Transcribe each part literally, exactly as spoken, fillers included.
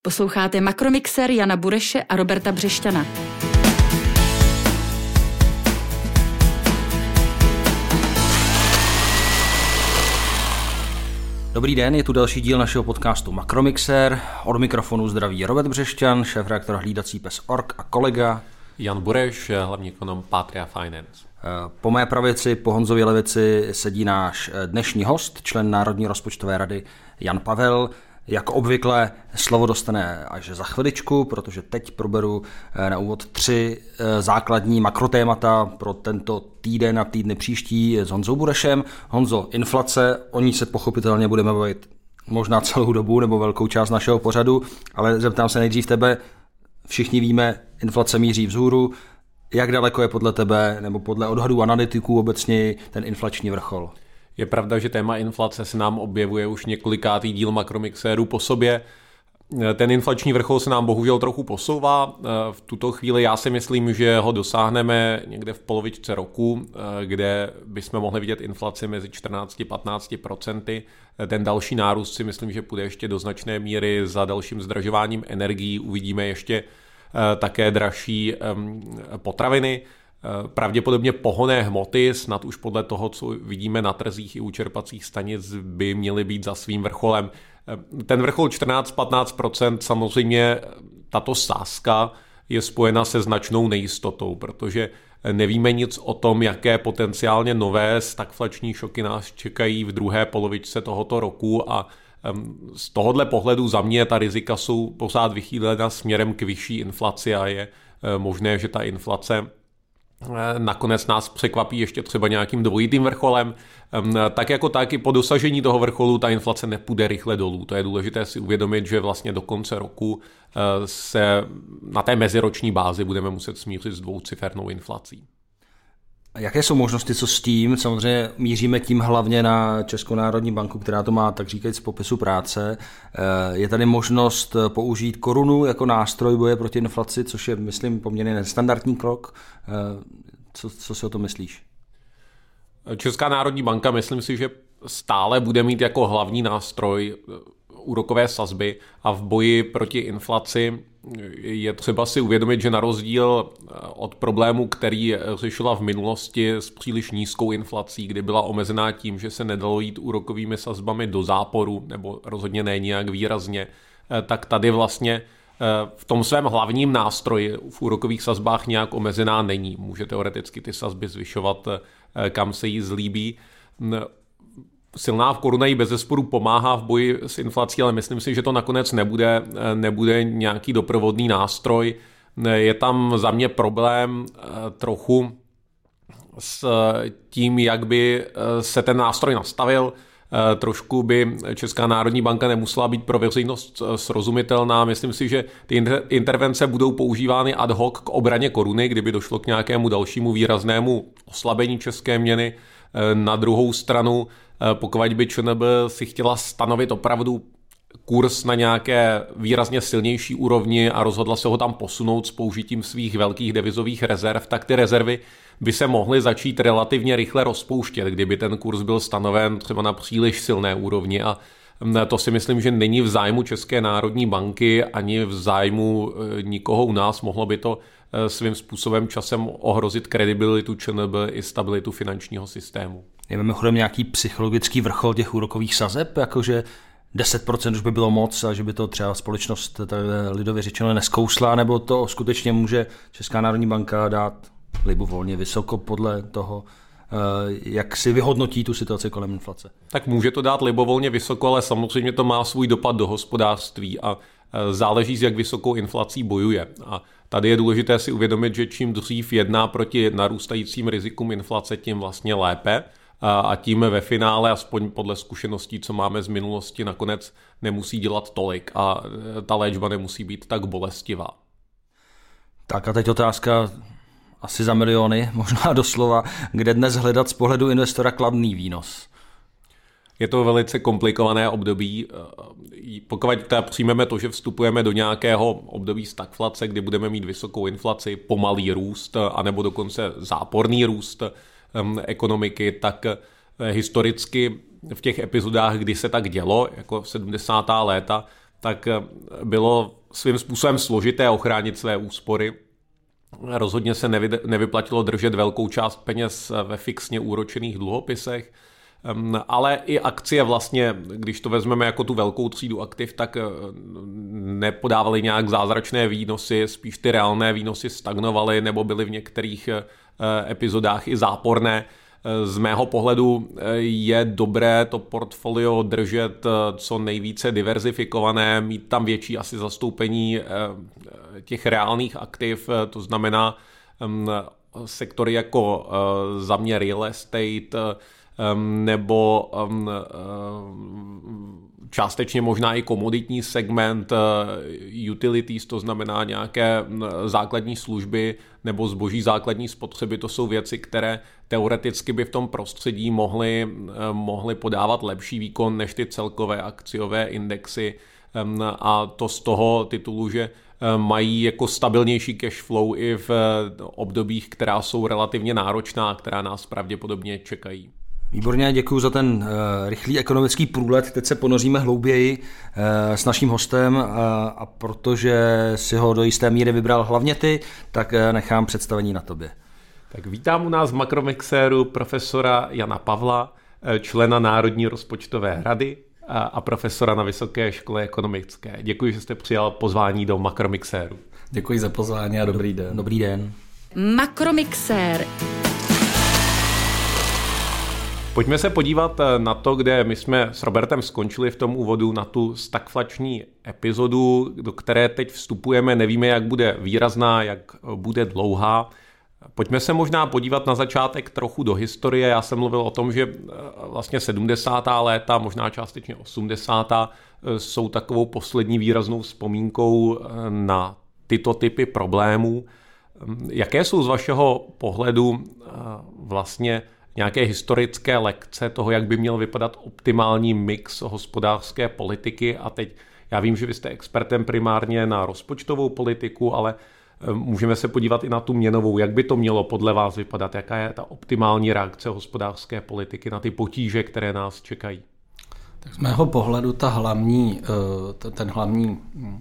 Posloucháte Makromixer Jana Bureše a Roberta Břešťana. Dobrý den, je tu další díl našeho podcastu Makromixer. Od mikrofonu zdraví Robert Břešťan, šéfredaktor hlídací pes tečka org a kolega Jan Bureš, hlavní ekonom Patria Finance. Po mé pravici, po Honzovi levici sedí náš dnešní host, člen Národní rozpočtové rady Jan Pavel. Jako obvykle slovo dostane až za chviličku, protože teď proberu na úvod tři základní makrotémata pro tento týden a týdny příští s Honzou Burešem. Honzo, inflace, o ní se pochopitelně budeme bavit možná celou dobu nebo velkou část našeho pořadu, ale zeptám se nejdřív tebe, všichni víme, inflace míří vzhůru, jak daleko je podle tebe nebo podle odhadů analytiků obecně ten inflační vrchol? Je pravda, že téma inflace se nám objevuje už několikátý díl Makromixéru po sobě. Ten inflační vrchol se nám bohužel trochu posouvá. V tuto chvíli já si myslím, že ho dosáhneme někde v polovičce roku, kde bychom mohli vidět inflaci mezi čtrnáct až patnáct procenty. Ten další nárůst si myslím, že půjde ještě do značné míry za dalším zdražováním energií. Uvidíme ještě také dražší potraviny. Pravděpodobně pohonné hmoty, snad už podle toho, co vidíme na trzích i u čerpacích stanic, by měly být za svým vrcholem. Ten vrchol čtrnáct až patnáct procent, samozřejmě tato sázka je spojena se značnou nejistotou, protože nevíme nic o tom, jaké potenciálně nové stagflační šoky nás čekají v druhé polovičce tohoto roku a z tohohle pohledu za mě ta rizika jsou pořád vychýlena směrem k vyšší inflaci a je možné, že ta inflace nakonec nás překvapí ještě třeba nějakým dvojitým vrcholem. Tak jako tak i po dosažení toho vrcholu ta inflace nepůjde rychle dolů. To je důležité si uvědomit, že vlastně do konce roku se na té meziroční bázi budeme muset smířit s dvoucifernou inflací. Jaké jsou možnosti, co s tím? Samozřejmě míříme tím hlavně na Českou národní banku, která to má, tak říkajíc, z popisu práce. Je tady možnost použít korunu jako nástroj boje proti inflaci, což je, myslím, poměrně nestandardní krok. Co, co si o tom myslíš? Česká národní banka, myslím si, že stále bude mít jako hlavní nástroj úrokové sazby a v boji proti inflaci je třeba si uvědomit, že na rozdíl od problému, který řešila v minulosti s příliš nízkou inflací, kdy byla omezená tím, že se nedalo jít úrokovými sazbami do záporu, nebo rozhodně ne nijak výrazně, tak tady vlastně v tom svém hlavním nástroji v úrokových sazbách nějak omezená není. Může teoreticky ty sazby zvyšovat, kam se jí zlíbí. Silná koruna jí bezesporu pomáhá v boji s inflací, ale myslím si, že to nakonec nebude, nebude nějaký doprovodný nástroj. Je tam za mě problém trochu s tím, jak by se ten nástroj nastavil. Trošku by Česká národní banka nemusela být pro veřejnost srozumitelná. Myslím si, že ty intervence budou používány ad hoc k obraně koruny, kdyby došlo k nějakému dalšímu výraznému oslabení české měny. Na druhou stranu, pokud by ČNB si chtěla stanovit opravdu kurz na nějaké výrazně silnější úrovni a rozhodla se ho tam posunout s použitím svých velkých devizových rezerv, tak ty rezervy by se mohly začít relativně rychle rozpouštět, kdyby ten kurz byl stanoven třeba na příliš silné úrovni a to si myslím, že není v zájmu České národní banky ani v zájmu nikoho u nás. Mohlo by to svým způsobem časem ohrozit kredibilitu ČNB i stabilitu finančního systému. Je mimochodem nějaký psychologický vrchol těch úrokových sazeb, jakože deset procent už by bylo moc a že by to třeba společnost lidově řečeno neskousla, nebo to skutečně může Česká národní banka dát libovolně vysoko podle toho, jak si vyhodnotí tu situaci kolem inflace? Tak může to dát libovolně vysoko, ale samozřejmě to má svůj dopad do hospodářství a záleží, s jak vysokou inflací bojuje. A tady je důležité si uvědomit, že čím dřív jedná proti narůstajícím rizikům inflace, tím vlastně lépe. A tím ve finále, aspoň podle zkušeností, co máme z minulosti, nakonec nemusí dělat tolik a ta léčba nemusí být tak bolestivá. Tak a teď otázka asi za miliony, možná doslova, kde dnes hledat z pohledu investora kladný výnos? Je to velice komplikované období. Pokud teda přijmeme to, že vstupujeme do nějakého období stagflace, kdy budeme mít vysokou inflaci, pomalý růst, anebo dokonce záporný růst ekonomiky, tak historicky v těch epizodách, kdy se tak dělo, jako sedmdesátá léta, tak bylo svým způsobem složité ochránit své úspory. Rozhodně se nevy, nevyplatilo držet velkou část peněz ve fixně úročených dluhopisech, ale i akcie vlastně, když to vezmeme jako tu velkou třídu aktiv, tak nepodávaly nějak zázračné výnosy, spíš ty reálné výnosy stagnovaly nebo byly v některých epizodách i záporné. Z mého pohledu je dobré to portfolio držet co nejvíce diverzifikované, mít tam větší asi zastoupení těch reálných aktiv, to znamená sektory jako za mě real estate nebo částečně možná i komoditní segment, utilities, to znamená nějaké základní služby nebo zboží základní spotřeby, to jsou věci, které teoreticky by v tom prostředí mohly, mohly podávat lepší výkon než ty celkové akciové indexy, a to z toho titulu, že mají jako stabilnější cash flow i v obdobích, která jsou relativně náročná, která nás pravděpodobně čekají. Výborně, děkuji za ten uh, rychlý ekonomický průlet. Teď se ponoříme hlouběji uh, s naším hostem uh, a protože si ho do jisté míry vybral hlavně ty, tak uh, nechám představení na tobě. Tak vítám u nás v Makromixéru profesora Jana Pavla, člena Národní rozpočtové rady a, a profesora na Vysoké škole ekonomické. Děkuji, že jste přijal pozvání do Makromixéru. Děkuji za pozvání a dobrý den. Dobrý den. Makromixér. Pojďme se podívat na to, kde my jsme s Robertem skončili v tom úvodu, na tu stagflační epizodu, do které teď vstupujeme. Nevíme, jak bude výrazná, jak bude dlouhá. Pojďme se možná podívat na začátek trochu do historie. Já jsem mluvil o tom, že vlastně sedmdesátá léta, možná částečně osmdesátá jsou takovou poslední výraznou vzpomínkou na tyto typy problémů. Jaké jsou z vašeho pohledu vlastně nějaké historické lekce toho, jak by měl vypadat optimální mix hospodářské politiky? A teď já vím, že vy jste expertem primárně na rozpočtovou politiku, ale můžeme se podívat i na tu měnovou. Jak by to mělo podle vás vypadat? Jaká je ta optimální reakce hospodářské politiky na ty potíže, které nás čekají? Tak z mého pohledu ta hlavní, ten hlavní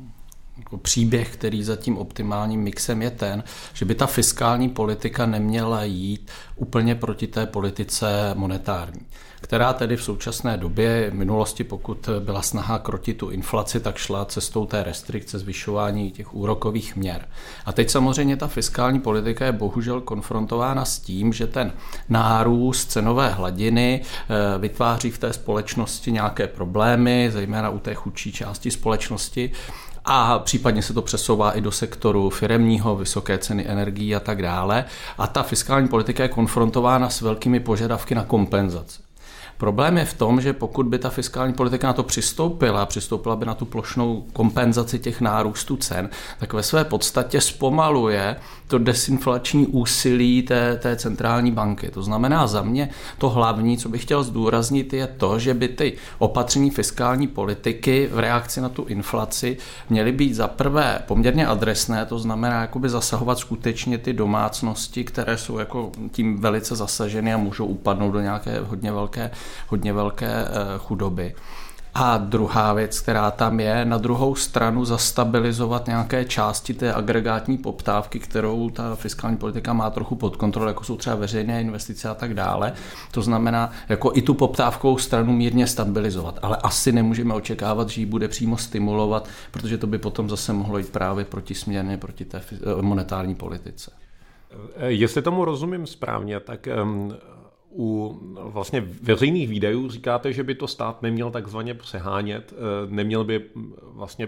příběh, který za tím optimálním mixem je ten, že by ta fiskální politika neměla jít úplně proti té politice monetární, která tedy v současné době, v minulosti, pokud byla snaha krotit tu inflaci, tak šla cestou té restrikce, zvyšování těch úrokových měr. A teď samozřejmě ta fiskální politika je bohužel konfrontována s tím, že ten nárůst cenové hladiny vytváří v té společnosti nějaké problémy, zejména u té chudší části společnosti, a případně se to přesouvá i do sektoru firemního, vysoké ceny energií a tak dále. A ta fiskální politika je konfrontována s velkými požadavky na kompenzace. Problém je v tom, že pokud by ta fiskální politika na to přistoupila, přistoupila by na tu plošnou kompenzaci těch nárůstů cen, tak ve své podstatě zpomaluje to desinflační úsilí té, té centrální banky. To znamená za mě to hlavní, co bych chtěl zdůraznit, je to, že by ty opatření fiskální politiky v reakci na tu inflaci měly být za prvé poměrně adresné, to znamená jakoby zasahovat skutečně ty domácnosti, které jsou jako tím velice zasaženy a můžou upadnout do nějaké hodně velké hodně velké chudoby. A druhá věc, která tam je, na druhou stranu zastabilizovat nějaké části té agregátní poptávky, kterou ta fiskální politika má trochu pod kontrolou, jako jsou třeba veřejné investice a tak dále. To znamená, jako i tu poptávkovou stranu mírně stabilizovat. Ale asi nemůžeme očekávat, že ji bude přímo stimulovat, protože to by potom zase mohlo jít právě protisměrně proti té monetární politice. Jestli tomu rozumím správně, tak um... u vlastně veřejných výdajů říkáte, že by to stát neměl takzvaně přehánět, neměl by vlastně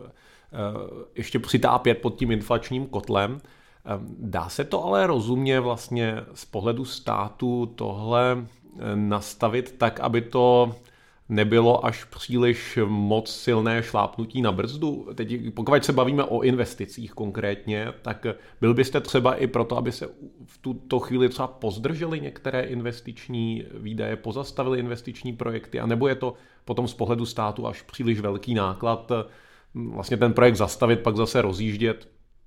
ještě přitápět pod tím inflačním kotlem. Dá se to ale rozumně vlastně z pohledu státu tohle nastavit tak, aby to nebylo až příliš moc silné šlápnutí na brzdu? Teď, pokud se bavíme o investicích konkrétně, tak byl byste třeba i proto, aby se v tuto chvíli třeba pozdržely některé investiční výdaje, pozastavily investiční projekty, anebo je to potom z pohledu státu až příliš velký náklad vlastně ten projekt zastavit, pak zase rozjíždět?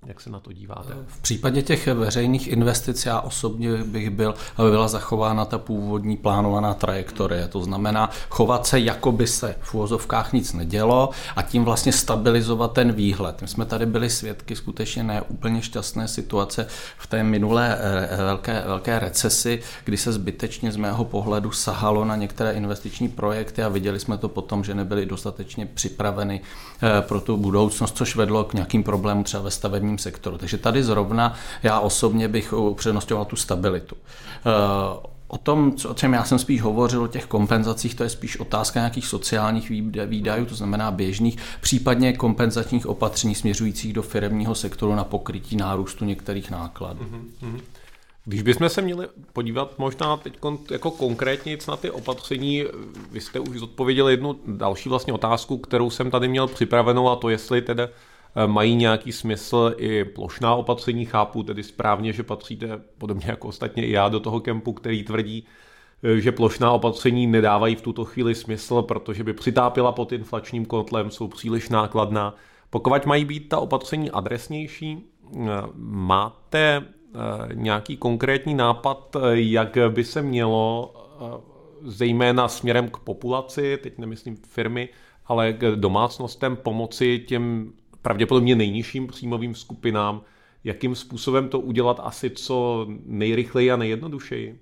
Jak se na to díváte? V případě těch veřejných investic já osobně bych byl, aby byla zachována ta původní plánovaná trajektorie. To znamená chovat se, jako by se v uvozovkách nic nedělo a tím vlastně stabilizovat ten výhled. My jsme tady byli svědky skutečně ne úplně šťastné situace v té minulé velké, velké recesi, kdy se zbytečně z mého pohledu sahalo na některé investiční projekty a viděli jsme to potom, že nebyly dostatečně připraveny pro tu budoucnost, což vedlo k nějakým problémům třeba ve stavebním sektoru. Takže tady zrovna já osobně bych upřednostňoval tu stabilitu. O tom, o čem já jsem spíš hovořil, o těch kompenzacích, to je spíš otázka nějakých sociálních výdajů, to znamená běžných, případně kompenzačních opatření směřujících do firemního sektoru na pokrytí nárůstu některých nákladů. Mm-hmm. Když bychom se měli podívat možná teď jako konkrétně na ty opatření, vy jste už zodpověděli jednu další vlastně otázku, kterou jsem tady měl připravenou, a to jestli teda mají nějaký smysl i plošná opatření. Chápu tedy správně, že patříte podobně jako ostatně i já do toho kempu, který tvrdí, že plošná opatření nedávají v tuto chvíli smysl, protože by přitápila pod inflačním kotlem, jsou příliš nákladná. Pokud mají být ta opatření adresnější, máte nějaký konkrétní nápad, jak by se mělo zejména směrem k populaci, teď nemyslím firmy, ale k domácnostem pomoci těm pravděpodobně nejnižším příjmovým skupinám, jakým způsobem to udělat asi co nejrychleji a nejjednodušeji?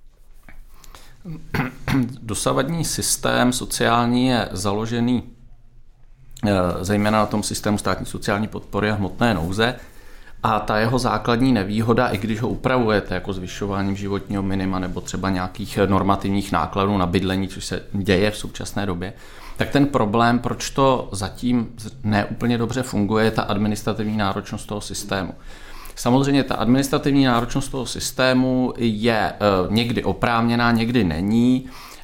Dosavadní systém sociální je založený zejména na tom systému státní sociální podpory a hmotné nouze. A ta jeho základní nevýhoda, i když ho upravujete jako zvyšováním životního minima nebo třeba nějakých normativních nákladů na bydlení, což se děje v současné době, tak ten problém, proč to zatím neúplně dobře funguje, je ta administrativní náročnost toho systému. Samozřejmě ta administrativní náročnost toho systému je někdy oprávněná, někdy není,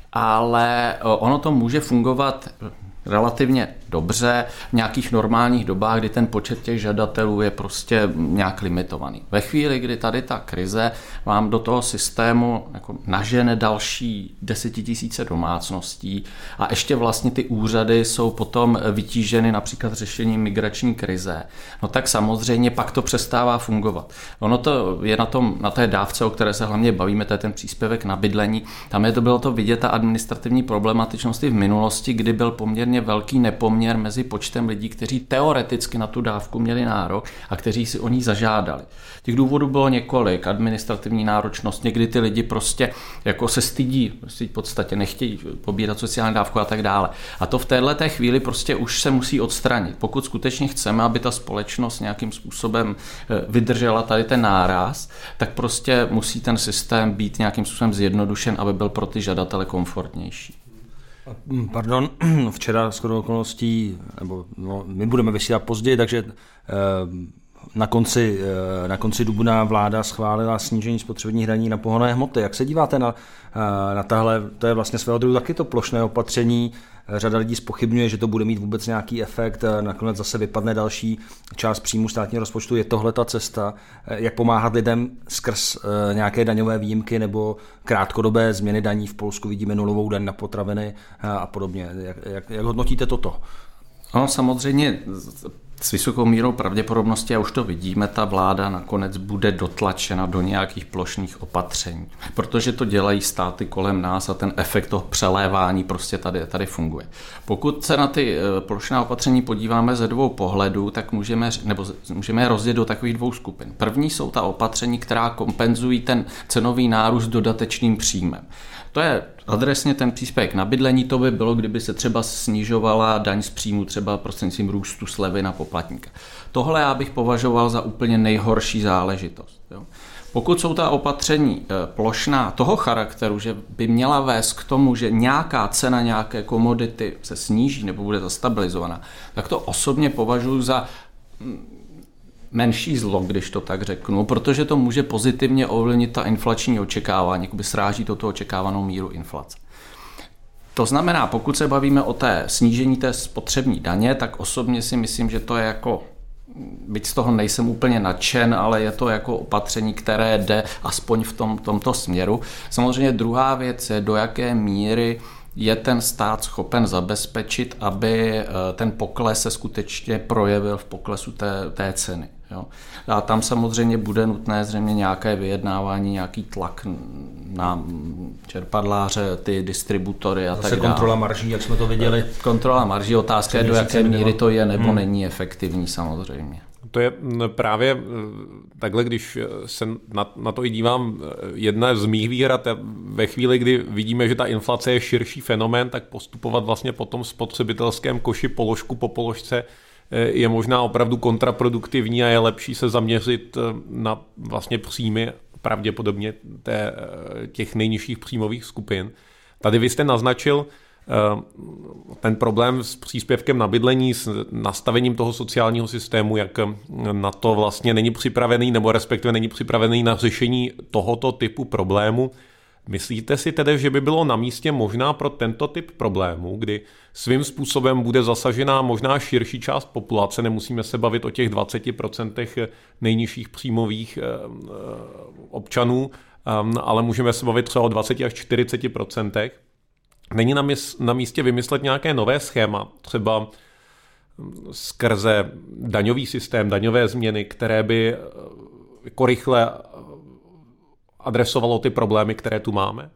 ale ono to může fungovat relativně dobře v nějakých normálních dobách, kdy ten počet těch žadatelů je prostě nějak limitovaný. Ve chvíli, kdy tady ta krize vám do toho systému jako nažene další desetitisíce domácností a ještě vlastně ty úřady jsou potom vytíženy například řešením migrační krize, no tak samozřejmě pak to přestává fungovat. Ono to je na, tom, na té dávce, o které se hlavně bavíme, to je ten příspěvek na bydlení, tam je to bylo to vidět ta administrativní problematičnost i v minulosti, kdy byl poměrně velký nepoměr mezi počtem lidí, kteří teoreticky na tu dávku měli nárok a kteří si o ní zažádali. Těch důvodů bylo několik, administrativní náročnost, někdy ty lidi prostě jako se stydí, prostě v podstatě nechtějí pobírat sociální dávku a tak dále. A to v této chvíli prostě už se musí odstranit. Pokud skutečně chceme, aby ta společnost nějakým způsobem vydržela tady ten náraz, tak prostě musí ten systém být nějakým způsobem zjednodušen, aby byl pro ty žadatele komfortnější. Pardon, včera shodou okolností, nebo no, my budeme vysílat později, takže eh, na konci, eh, na konci dubna vláda schválila snížení spotřebních daní na pohonné hmoty. Jak se díváte na, eh, na tahle, to je vlastně svého druhu taky to plošné opatření, řada lidí zpochybňuje, že to bude mít vůbec nějaký efekt, nakonec zase vypadne další část příjmu státního rozpočtu. Je tohle ta cesta, jak pomáhat lidem skrz nějaké daňové výjimky nebo krátkodobé změny daní? V Polsku vidíme nulovou daň na potraviny a podobně. Jak, jak, jak hodnotíte toto? No, samozřejmě s vysokou mírou pravděpodobnosti, a už to vidíme, ta vláda nakonec bude dotlačena do nějakých plošných opatření, protože to dělají státy kolem nás a ten efekt toho přelévání prostě tady, tady funguje. Pokud se na ty plošná opatření podíváme ze dvou pohledů, tak můžeme, nebo můžeme je rozdělit do takových dvou skupin. První jsou ta opatření, která kompenzují ten cenový nárůst dodatečným příjmem. To je adresně ten příspěvek na bydlení, to by bylo, kdyby se třeba snižovala daň z příjmu třeba prostřednictvím růstu slevy na poplatníka. Tohle já bych považoval za úplně nejhorší záležitost. Jo. Pokud jsou ta opatření plošná toho charakteru, že by měla vést k tomu, že nějaká cena nějaké komodity se sníží nebo bude zastabilizovaná, tak to osobně považuji za menší zlo, když to tak řeknu, protože to může pozitivně ovlivnit ta inflační očekávání, jakoby sráží toto očekávanou míru inflace. To znamená, pokud se bavíme o té snížení té spotřební daně, tak osobně si myslím, že to je jako, byť z toho nejsem úplně nadšen, ale je to jako opatření, které jde aspoň v tom, tomto směru. Samozřejmě druhá věc je, do jaké míry je ten stát schopen zabezpečit, aby ten pokles se skutečně projevil v poklesu té, té ceny. Jo. A tam samozřejmě bude nutné zřejmě nějaké vyjednávání, nějaký tlak na čerpadláře, ty distributory a Zase tak dále. kontrola marží, jak jsme to viděli. Kontrola marží, otázka je, do jaké míry to je nebo hmm. není efektivní samozřejmě. To je právě takhle, když se na, na to i dívám, jedna z mých výhrad ve chvíli, kdy vidíme, že ta inflace je širší fenomén, tak postupovat vlastně po tom spotřebitelském koši položku po položce je možná opravdu kontraproduktivní a je lepší se zaměřit na vlastně příjmy pravděpodobně té, těch nejnižších příjmových skupin. Tady vy jste naznačil ten problém s příspěvkem na bydlení, s nastavením toho sociálního systému, jak na to vlastně není připravený, nebo respektive není připravený na řešení tohoto typu problému. Myslíte si tedy, že by bylo na místě možná pro tento typ problému, kdy svým způsobem bude zasažená možná širší část populace, nemusíme se bavit o těch dvacet procent nejnižších příjmových občanů, ale můžeme se bavit třeba o dvacet až čtyřicet procent. Není na místě vymyslet nějaké nové schéma, třeba skrze daňový systém, daňové změny, které by jako rychle adresovalo ty problémy, které tu máme?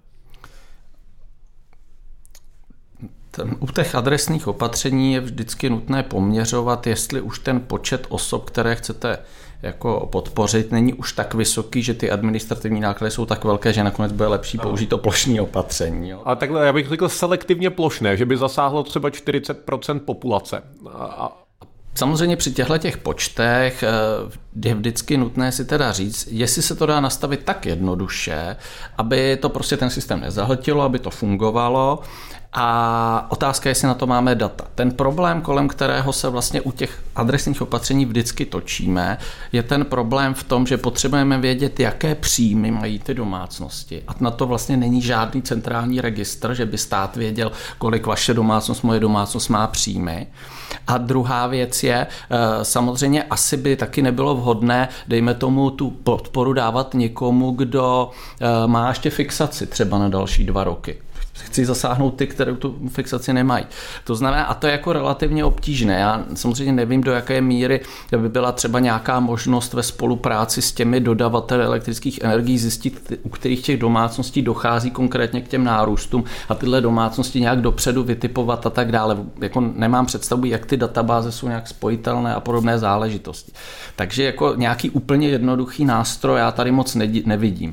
Ten, u těch adresných opatření je vždycky nutné poměřovat, jestli už ten počet osob, které chcete jako podpořit, není už tak vysoký, že ty administrativní náklady jsou tak velké, že nakonec bude lepší použít to plošné opatření. Jo. Ale takhle, já bych řekl selektivně plošné, že by zasáhlo třeba čtyřicet procent populace. A... Samozřejmě při těchto těch počtech je vždycky nutné si teda říct, jestli se to dá nastavit tak jednoduše, aby to prostě ten systém nezahltilo, aby to fungovalo. A otázka je, jestli na to máme data. Ten problém, kolem kterého se vlastně u těch adresních opatření vždycky točíme, je ten problém v tom, že potřebujeme vědět, jaké příjmy mají ty domácnosti. A na to vlastně není žádný centrální registr, že by stát věděl, kolik vaše domácnost, moje domácnost má příjmy. A druhá věc je, samozřejmě asi by taky nebylo vhodné, dejme tomu tu podporu dávat někomu, kdo má ještě fixaci třeba na další dva roky. Chci zasáhnout ty, které tu fixaci nemají. To znamená, a to je jako relativně obtížné. Já samozřejmě nevím, do jaké míry by byla třeba nějaká možnost ve spolupráci s těmi dodavateli elektrických energií zjistit, u kterých těch domácností dochází konkrétně k těm nárůstům a tyhle domácnosti nějak dopředu vytipovat a tak dále. Jako nemám představu, jak ty databáze jsou nějak spojitelné a podobné záležitosti. Takže jako nějaký úplně jednoduchý nástroj já tady moc nevidím.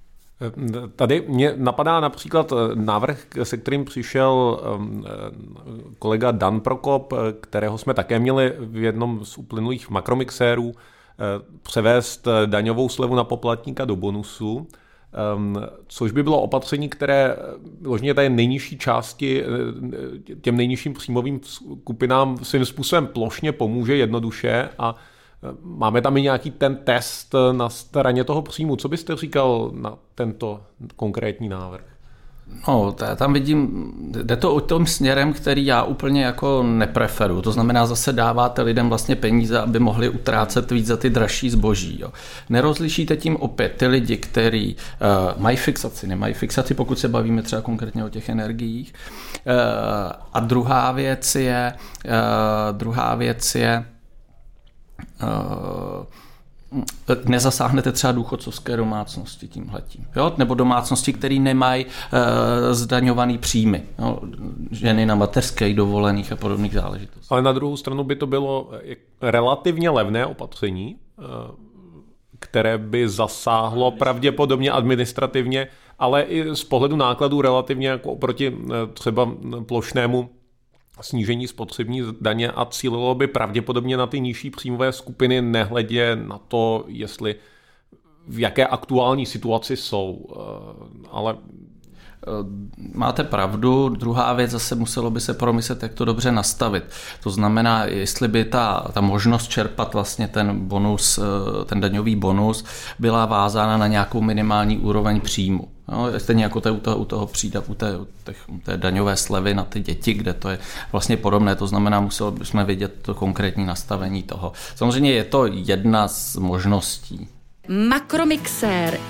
Tady mě napadá například návrh, se kterým přišel kolega Dan Prokop, kterého jsme také měli v jednom z uplynulých makromixérů, převést daňovou slevu na poplatníka do bonusu, což by bylo opatření, které vložně té nejnižší části, těm nejnižším příjmovým skupinám svým způsobem plošně pomůže jednoduše a máme tam i nějaký ten test na straně toho příjmu. Co byste říkal na tento konkrétní návrh? No, já tam vidím, jde to o tom směrem, který já úplně jako nepreferuji. To znamená, zase dáváte lidem vlastně peníze, aby mohli utrácet víc za ty dražší zboží. Jo. Nerozlišíte tím opět ty lidi, kteří uh, mají fixaci, nemají fixaci, pokud se bavíme třeba konkrétně o těch energiích. Uh, a druhá věc je, uh, druhá věc je, nezasáhnete třeba důchodcovské domácnosti tímhletím. Jo? Nebo domácnosti, které nemají e, zdaňovaný příjmy. Jo? Ženy na mateřských dovolených a podobných záležitostí. Ale na druhou stranu by to bylo relativně levné opatření, které by zasáhlo pravděpodobně administrativně, ale i z pohledu nákladů relativně jako oproti třeba plošnému snížení spotřební daně a cílilo by pravděpodobně na ty nižší příjmové skupiny, nehledě na to, jestli v jaké aktuální situaci jsou. Ale máte pravdu. Druhá věc, zase muselo by se promyslet, jak to dobře nastavit. To znamená, jestli by ta, ta možnost čerpat vlastně ten bonus, ten daňový bonus byla vázána na nějakou minimální úroveň příjmu. No, stejně jako to, u toho, u toho přídav, u té, u těch, u té daňové slevy na ty děti, kde to je vlastně podobné. To znamená, museli bychom vidět to konkrétní nastavení toho. Samozřejmě je to jedna z možností. Makromixér.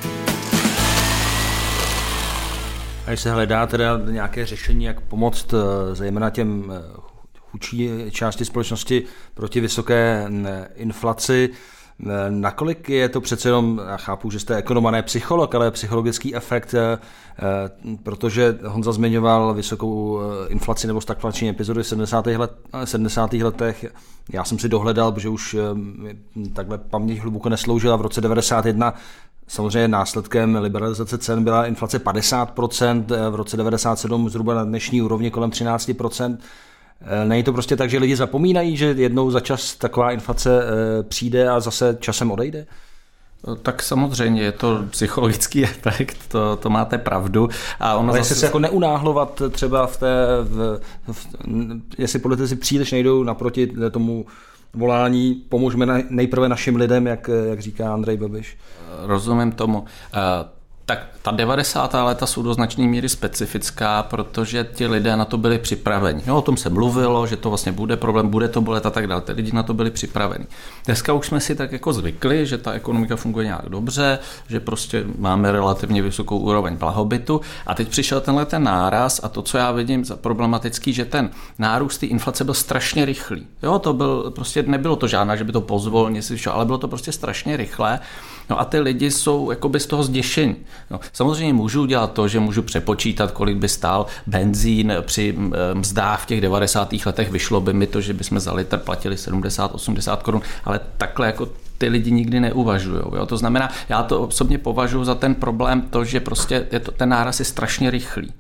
A když se hledá teda nějaké řešení, jak pomoct zejména těm chudší části společnosti proti vysoké inflaci, Nakolik je to přece jenom, já chápu, že jste ekonom, ne psycholog, ale psychologický efekt, protože Honza zmiňoval vysokou inflaci nebo stagflační epizody v sedmdesátých letech. Já jsem si dohledal, protože už takhle paměť hluboko nesloužila. V roce devadesát jedna samozřejmě následkem liberalizace cen byla inflace padesát procent, v roce devadesát sedm zhruba na dnešní úrovni kolem třináct procent. Není to prostě tak, že lidi zapomínají, že jednou za čas taková inflace přijde a zase časem odejde? Tak samozřejmě je to psychologický efekt, to, to máte pravdu. A ono ale zase... se jako neunáhlovat třeba v té, v, v, jestli politici příliš nejdou naproti tomu volání, pomůžeme nejprve našim lidem, jak, jak říká Andrej Babiš. Rozumím tomu. Tak ta devadesátá léta jsou do značné míry specifická, protože ti lidé na to byli připraveni. Jo, o tom se mluvilo, že to vlastně bude problém, bude to bolet a tak dále. Ty lidi na to byli připraveni. Dneska už jsme si tak jako zvykli, že ta ekonomika funguje nějak dobře, že prostě máme relativně vysokou úroveň blahobytu a teď přišel tenhle ten náraz a to, co já vidím za problematický, že ten nárůst té inflace byl strašně rychlý. Jo, to byl prostě nebylo to žádná, že by to pozvolně si vyšlo, ale bylo to prostě strašně rychlé. No a ty lidi jsou jakoby z toho zděšení. No, samozřejmě můžu dělat to, že můžu přepočítat, kolik by stál benzín při mzdách v těch devadesátých letech. Vyšlo by mi to, že bychom za litr platili sedmdesát osmdesát korun, ale takhle jako ty lidi nikdy neuvažují. Jo? To znamená, já to osobně považuji za ten problém to, že prostě je to, ten náraz je strašně rychlý.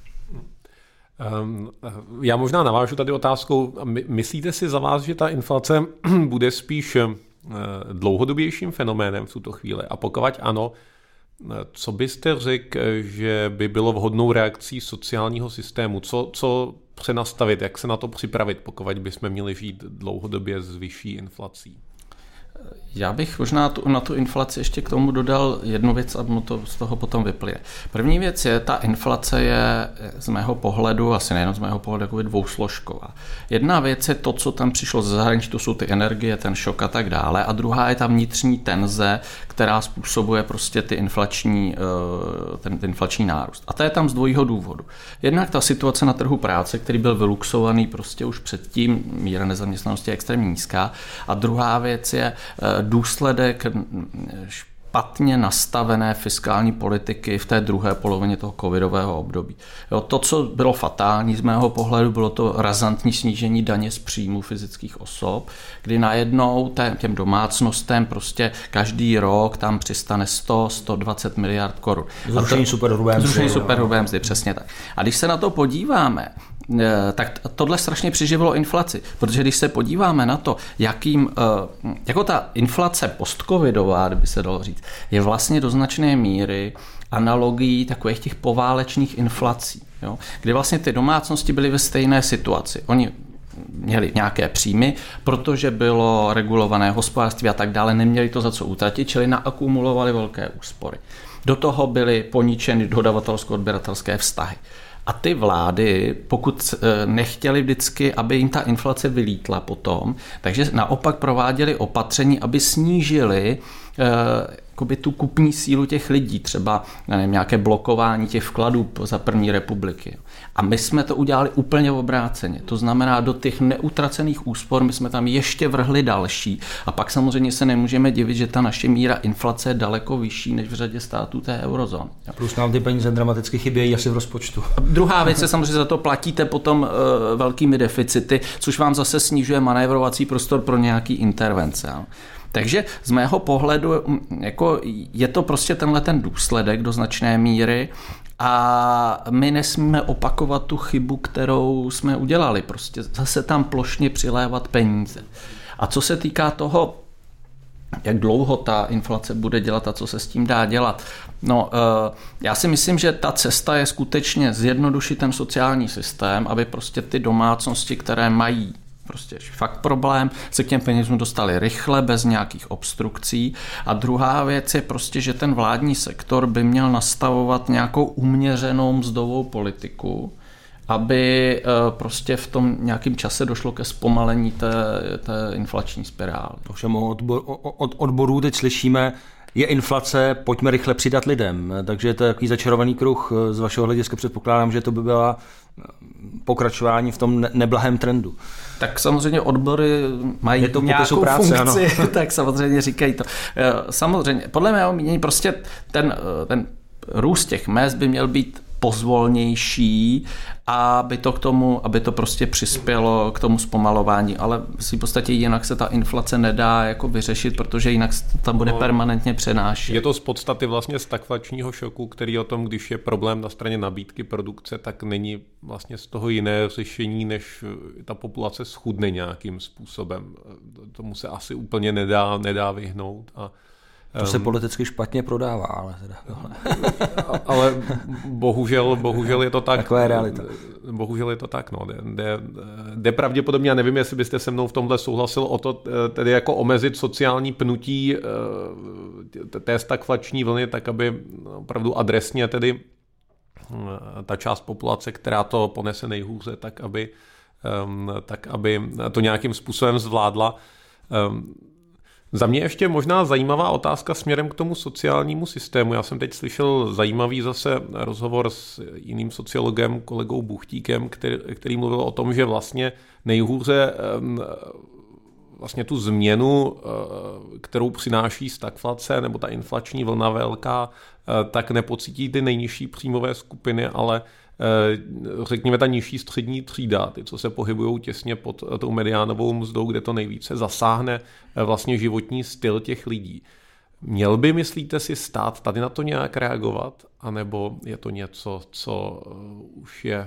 Já možná navážu tady otázkou. Myslíte si za vás, že ta inflace bude spíš dlouhodobějším fenoménem v tuto chvíli? A pokud ano, co byste řekl, že by bylo vhodnou reakcí sociálního systému? Co, co přenastavit, jak se na to připravit, pokud bychom měli žít dlouhodobě s vyšší inflací? Já bych možná tu, na tu inflaci ještě k tomu dodal jednu věc a mu to z toho potom vyplyne. První věc je, ta inflace je z mého pohledu, asi nejenom z mého pohledu, jako dvousložková. Jedna věc je to, co tam přišlo ze zahraničí, to jsou ty energie, ten šok a tak dále. A druhá je ta vnitřní tenze, která způsobuje prostě ty inflační, ten, ten inflační nárůst. A to je tam z dvojího důvodu. Jednak ta situace na trhu práce, který byl vyluxovaný prostě už předtím, míra nezaměstnanosti je extrémně nízká. A druhá věc je důsledek špatně nastavené fiskální politiky v té druhé polovině toho covidového období. Jo, to, co bylo fatální z mého pohledu, bylo to razantní snížení daně z příjmu fyzických osob, kdy najednou těm domácnostem prostě každý rok tam přistane sto až sto dvacet miliard korun. Zrušení superhrubé mzdy. Zrušení superhrubé mzdy, přesně tak. A když se na to podíváme, tak tohle strašně přiživilo inflaci, protože když se podíváme na to, jakým, jako ta inflace postcovidová, kdyby se dalo říct, je vlastně do značné míry analogií takových těch poválečných inflací, jo? Kdy vlastně ty domácnosti byly ve stejné situaci. Oni měli nějaké příjmy, protože bylo regulované hospodářství a tak dále, neměli to za co utratit, čili naakumulovali velké úspory. Do toho byly poničeny dodavatelsko-odběratelské vztahy. A ty vlády, pokud nechtěli vždycky, aby jim ta inflace vylítla potom, takže naopak prováděli opatření, aby snížili jakoby tu kupní sílu těch lidí, třeba nevím, nějaké blokování těch vkladů za první republiky. A my jsme to udělali úplně obráceně. To znamená, do těch neutracených úspor my jsme tam ještě vrhli další. A pak samozřejmě se nemůžeme divit, že ta naše míra inflace je daleko vyšší než v řadě států té eurozóny. Plus nám ty peníze dramaticky chybějí asi v rozpočtu. A druhá věc je samozřejmě, za to platíte potom uh, velkými deficity, což vám zase snižuje manévrovací prostor pro nějaký intervence. Jo. Takže z mého pohledu jako je to prostě tenhle ten důsledek do značné míry a my nesmíme opakovat tu chybu, kterou jsme udělali. Prostě zase tam plošně přilévat peníze. A co se týká toho, jak dlouho ta inflace bude dělat a co se s tím dá dělat. No, já si myslím, že ta cesta je skutečně zjednodušit ten sociální systém, aby prostě ty domácnosti, které mají prostě fakt problém, se k těm penězům dostali rychle, bez nějakých obstrukcí. A druhá věc je prostě, že ten vládní sektor by měl nastavovat nějakou uměřenou mzdovou politiku, aby prostě v tom nějakém čase došlo ke zpomalení té, té inflační spirály. Ovšem od odborů teď slyšíme, je inflace, pojďme rychle přidat lidem. Takže to je takový začarovaný kruh. Z vašeho hlediska předpokládám, že to by byla pokračování v tom neblahém trendu. Tak samozřejmě odbory mají to nějakou práce, funkci, ano. Tak samozřejmě říkají to. Samozřejmě, podle mého mínění prostě ten, ten růst těch mezd by měl být pozvolnější, aby to k tomu, aby to prostě přispělo k tomu zpomalování, ale v podstatě jinak se ta inflace nedá jako vyřešit, protože jinak se tam bude no, permanentně přenášet. Je to z podstaty vlastně stagflačního šoku, který o tom, když je problém na straně nabídky produkce, tak není vlastně z toho jiné řešení, než ta populace schudne nějakým způsobem. Tomu se asi úplně nedá, nedá vyhnout a to se politicky špatně prodává, ale teda. Ale bohužel, bohužel je to tak. Taková je realita. Bohužel je to tak, no. Jde, jde pravděpodobně, já nevím, jestli byste se mnou v tomhle souhlasil o to, tedy jako omezit sociální pnutí té stagflační vlny, tak aby opravdu adresně tedy ta část populace, která to ponese nejhůře, tak aby, tak aby to nějakým způsobem zvládla. Za mě ještě možná zajímavá otázka směrem k tomu sociálnímu systému. Já jsem teď slyšel zajímavý zase rozhovor s jiným sociologem, kolegou Buchtíkem, který, který mluvil o tom, že vlastně nejhůře vlastně tu změnu, kterou přináší stagflace nebo ta inflační vlna velká, tak nepocítí ty nejnižší příjmové skupiny, ale řekněme ta nižší střední třída, ty, co se pohybují těsně pod tou mediánovou mzdou, kde to nejvíce zasáhne vlastně životní styl těch lidí. Měl by, myslíte si, stát tady na to nějak reagovat, anebo je to něco, co už je...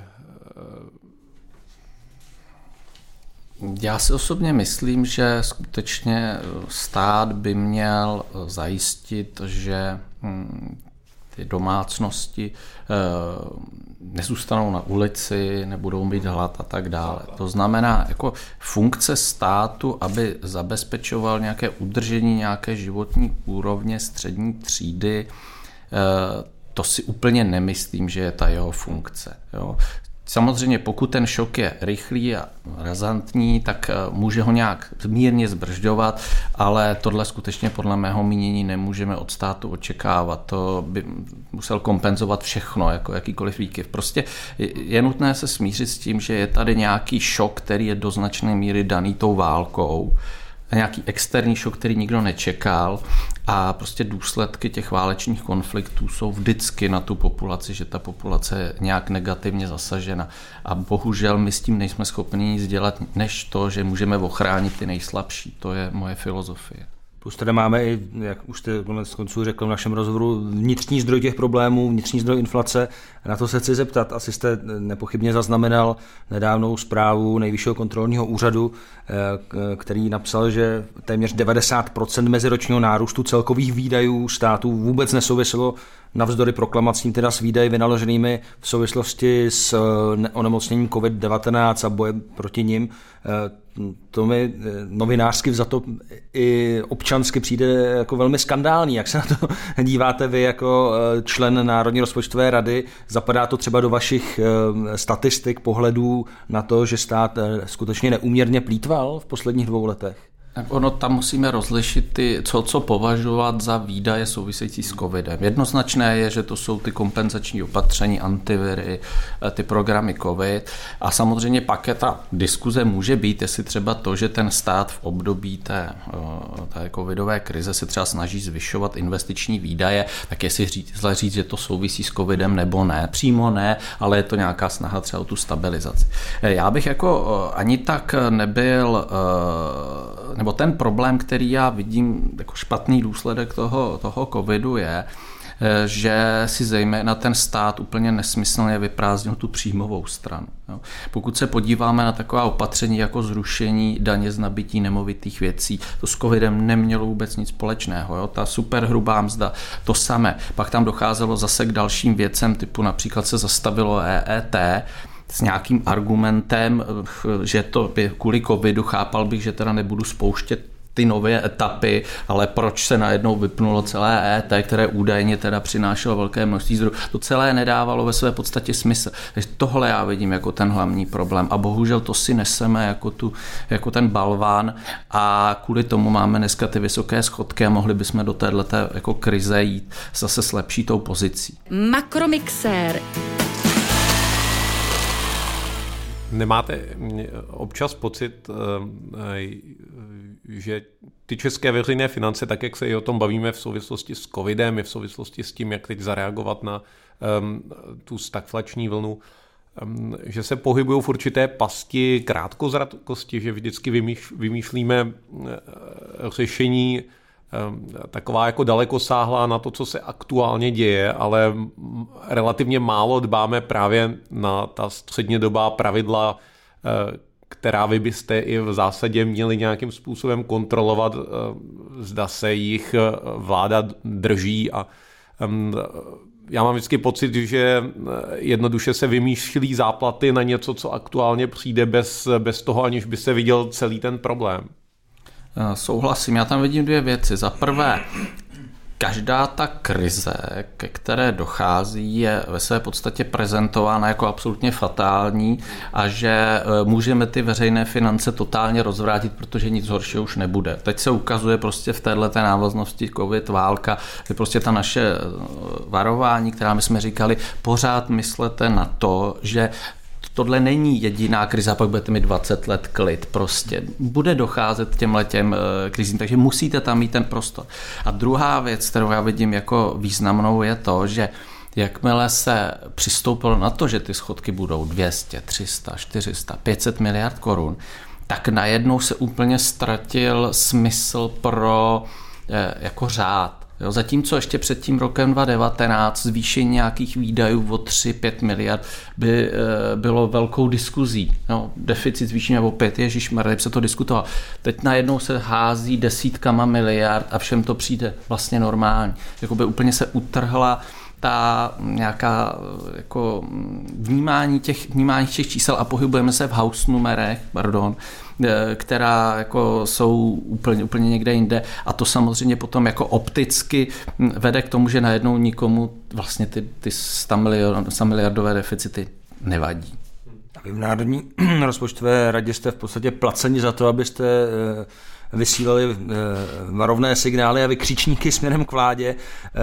Já si osobně myslím, že skutečně stát by měl zajistit, že ty domácnosti nezůstanou na ulici, nebudou mít hlad a tak dále. To znamená, jako funkce státu, aby zabezpečoval nějaké udržení, nějaké životní úrovně střední třídy, to si úplně nemyslím, že je ta jeho funkce. Jo. Samozřejmě, pokud ten šok je rychlý a razantní, tak může ho nějak mírně zbržďovat, ale tohle skutečně podle mého mínění nemůžeme od státu očekávat. To by musel kompenzovat všechno, jako jakýkoliv výkyv. Prostě je nutné se smířit s tím, že je tady nějaký šok, který je do značné míry daný tou válkou, nějaký externí šok, který nikdo nečekal a prostě důsledky těch válečných konfliktů jsou vždycky na tu populaci, že ta populace je nějak negativně zasažena a bohužel my s tím nejsme schopni nic dělat, než to, že můžeme ochránit ty nejslabší. To je moje filozofie. Plus tady máme i, jak už jste konec konců řekl v našem rozhovoru, vnitřní zdroj těch problémů, vnitřní zdroj inflace. Na to se chci zeptat. Asi jste nepochybně zaznamenal nedávnou zprávu Nejvyššího kontrolního úřadu, který napsal, že téměř devadesát procent meziročního nárůstu celkových výdajů států vůbec nesouviselo navzdory proklamacím teda s výdaji vynaloženými v souvislosti s onemocněním covid devatenáct a bojem proti nim. To mi novinářsky vzato i občansky přijde jako velmi skandální. Jak se na to díváte vy jako člen Národní rozpočtové rady? Zapadá to třeba do vašich statistik, pohledů na to, že stát skutečně neúměrně plýtval v posledních dvou letech? Tak ono tam musíme rozlišit ty, co, co považovat za výdaje související s covidem. Jednoznačné je, že to jsou ty kompenzační opatření, antiviry, ty programy covid a samozřejmě pak je ta diskuze může být, jestli třeba to, že ten stát v období té, té covidové krize se třeba snaží zvyšovat investiční výdaje, tak jestli říct, zle říct, že to souvisí s covidem nebo ne. Přímo ne, ale je to nějaká snaha třeba o tu stabilizaci. Já bych jako ani tak nebyl nebo ten problém, který já vidím jako špatný důsledek toho, toho covidu je, že si zejména ten stát úplně nesmyslně vyprázdnil tu příjmovou stranu. Pokud se podíváme na taková opatření jako zrušení daně z nabytí nemovitých věcí, to s covidem nemělo vůbec nic společného. Jo? Ta superhrubá mzda, to samé. Pak tam docházelo zase k dalším věcem, typu například se zastavilo E E T, s nějakým argumentem, že to kvůli covidu chápal bych, že teda nebudu spouštět ty nové etapy, ale proč se najednou vypnulo celé E E T, které údajně teda přinášelo velké množství zdrojů. To celé nedávalo ve své podstatě smysl. Takže tohle já vidím jako ten hlavní problém a bohužel to si neseme jako, tu, jako ten balván a kvůli tomu máme dneska ty vysoké schodky a mohli bychom do této jako krize jít zase s lepší tou pozicí. Makromixér. Nemáte občas pocit, že ty české veřejné finance, tak jak se i o tom bavíme v souvislosti s covidem, i v souvislosti s tím, jak teď zareagovat na um, tu stagflační vlnu, um, že se pohybují v určité pasti krátkozrakosti, že vždycky vymýš, vymýšlíme uh, řešení um, taková jako dalekosáhlá na to, co se aktuálně děje, ale relativně málo dbáme právě na ta střednědobá pravidla, uh, která vy byste i v zásadě měli nějakým způsobem kontrolovat, zda se jich vláda drží. A já mám vždycky pocit, že jednoduše se vymýšlí záplaty na něco, co aktuálně přijde bez, bez toho, aniž by se viděl celý ten problém. Souhlasím, já tam vidím dvě věci. Za prvé, každá ta krize, ke které dochází, je ve své podstatě prezentována jako absolutně fatální a že můžeme ty veřejné finance totálně rozvrátit, protože nic horšího už nebude. Teď se ukazuje prostě v této návaznosti covid, válka, že prostě ta naše varování, která my jsme říkali, pořád myslete na to, že tohle není jediná krize, a pak budete mít dvacet let klid. Prostě bude docházet těmhle těm krizím, takže musíte tam mít ten prostor. A druhá věc, kterou já vidím jako významnou, je to, že jakmile se přistoupilo na to, že ty schodky budou dvě stě, tři sta, čtyři sta, pět set miliard korun, tak najednou se úplně ztratil smysl pro jako řád. Jo, zatímco ještě před tím rokem dva tisíce devatenáct zvýšení nějakých výdajů o tři pět miliard by e, bylo velkou diskuzí. Jo, deficit zvýšení o pět, ježišmarja, se to diskutovalo. Teď najednou se hází desítkama miliard a všem to přijde vlastně normální. Jakoby úplně se utrhla ta nějaká jako vnímání těch, vnímání těch čísel a pohybujeme se v house numerech, pardon, která jako jsou úplně, úplně někde jinde a to samozřejmě potom jako opticky vede k tomu, že najednou nikomu vlastně ty, ty sto miliardové deficity nevadí. A vy v Národní rozpočtové radě jste v podstatě placeni za to, abyste vysílali varovné signály a vykřičníky směrem k vládě.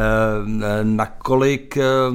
Nakolik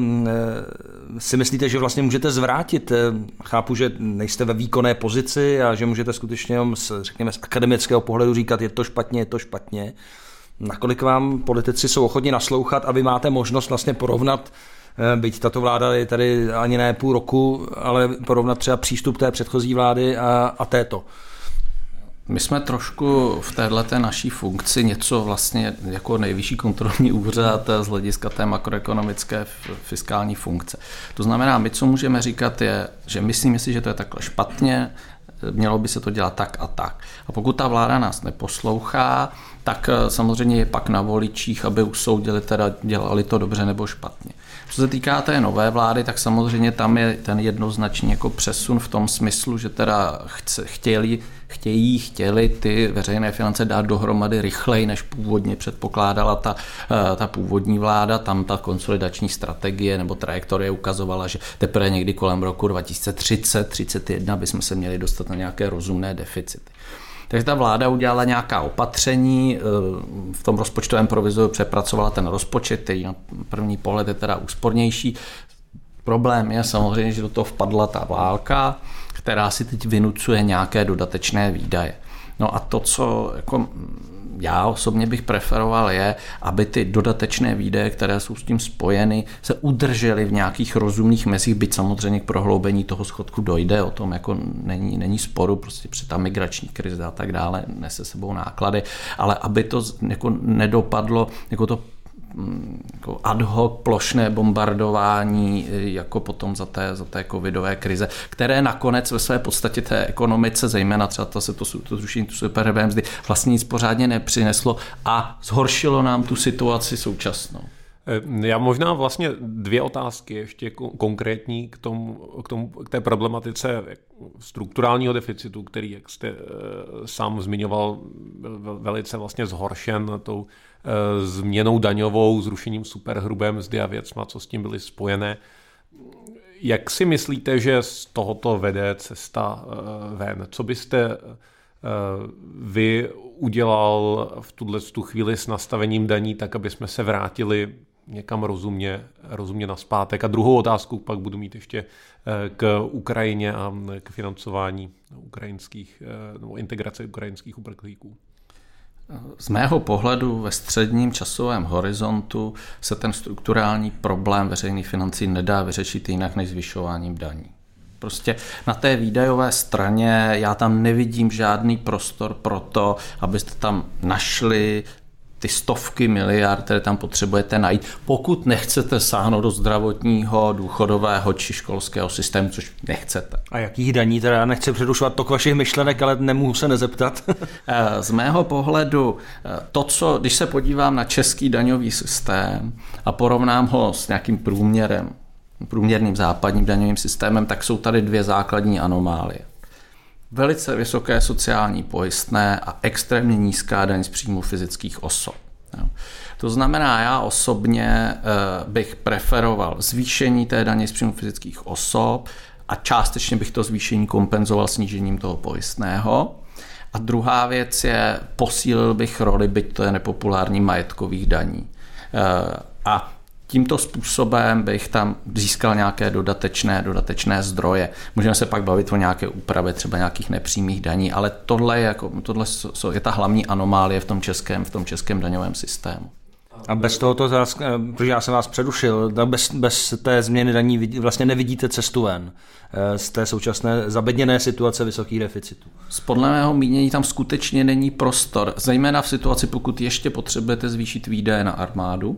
si myslíte, že vlastně můžete zvrátit? Chápu, že nejste ve výkonné pozici a že můžete skutečně, řekněme, z akademického pohledu říkat, je to špatně, je to špatně. Nakolik vám politici jsou ochotni naslouchat a vy máte možnost vlastně porovnat, byť tato vláda je tady ani ne půl roku, ale porovnat třeba přístup té předchozí vlády a, a této? My jsme trošku v této naší funkci něco vlastně jako nejvyšší kontrolní úřad z hlediska té makroekonomické fiskální funkce. To znamená, my co můžeme říkat je, že myslíme si, že to je takhle špatně, mělo by se to dělat tak a tak. A pokud ta vláda nás neposlouchá, tak samozřejmě je pak na voličích, aby usoudili, teda dělali to dobře nebo špatně. Co se týká té nové vlády, tak samozřejmě tam je ten jednoznačný jako přesun v tom smyslu, že teda chce, chtěli, chtějí, chtěli ty veřejné finance dát dohromady rychleji, než původně předpokládala ta, ta původní vláda. Tam ta konsolidační strategie nebo trajektorie ukazovala, že teprve někdy kolem roku dva tisíce třicet třicet jedna bychom se měli dostat na nějaké rozumné deficity. Takže ta vláda udělala nějaká opatření, v tom rozpočtovém provizoru přepracovala ten rozpočet, který na první pohled je teda úspornější. Problém je samozřejmě, že do toho vpadla ta válka, která si teď vynucuje nějaké dodatečné výdaje. No a to, co jako já osobně bych preferoval, je, aby ty dodatečné výdaje, které jsou s tím spojeny, se udržely v nějakých rozumných mezích, byť samozřejmě k prohloubení toho schodku dojde, o tom jako není, není sporu, prostě při ta migrační krize a tak dále nese sebou náklady, ale aby to jako nedopadlo jako to jako ad hoc plošné bombardování jako potom za té, za té covidové krize, které nakonec ve své podstatě té ekonomice, zejména třeba to se to, to zrušení superhrubé mzdy, vlastně nic pořádně nepřineslo a zhoršilo nám tu situaci současnou. Já možná vlastně dvě otázky ještě konkrétní k, tomu, k, tomu, k té problematice strukturálního deficitu, který, jak jste sám zmiňoval, velice vlastně zhoršen tou změnou daňovou, zrušením superhrubé mzdy a věcma, co s tím byly spojené. Jak si myslíte, že z tohoto vede cesta ven? Co byste vy udělal v tuhle tu chvíli s nastavením daní tak, aby jsme se vrátili někam rozumně, rozumně naspátek? A druhou otázku pak budu mít ještě k Ukrajině a k financování ukrajinských, nebo integrace ukrajinských uprchlíků. Z mého pohledu ve středním časovém horizontu se ten strukturální problém veřejných financí nedá vyřešit jinak než zvyšováním daní. Prostě na té výdajové straně já tam nevidím žádný prostor pro to, abyste tam našli ty stovky miliard, které tam potřebujete najít, pokud nechcete sáhnout do zdravotního, důchodového či školského systému, což nechcete. A jakých daní? Teda já nechci předušovat tok vašich myšlenek, ale nemohu se nezeptat. Z mého pohledu to, co, když se podívám na český daňový systém a porovnám ho s nějakým průměrem, průměrným západním daňovým systémem, tak jsou tady dvě základní anomálie. Velice vysoké sociální pojistné a extrémně nízká daň z příjmu fyzických osob. To znamená, já osobně bych preferoval zvýšení té daně z příjmu fyzických osob a částečně bych to zvýšení kompenzoval snížením toho pojistného. A druhá věc je, posílil bych roli, byť to je nepopulární, majetkových daní. A tímto způsobem bych tam získal nějaké dodatečné, dodatečné zdroje. Můžeme se pak bavit o nějaké úpravě třeba nějakých nepřímých daní, ale tohle je, jako, tohle je ta hlavní anomálie v tom českém, v tom českém daňovém systému. A bez tohoto, protože já jsem vás předušil, bez, bez té změny daní vlastně nevidíte cestu ven z té současné zabedněné situace vysokých deficitů. Z podle mého mínění tam skutečně není prostor, zejména v situaci, pokud ještě potřebujete zvýšit výdaje na armádu.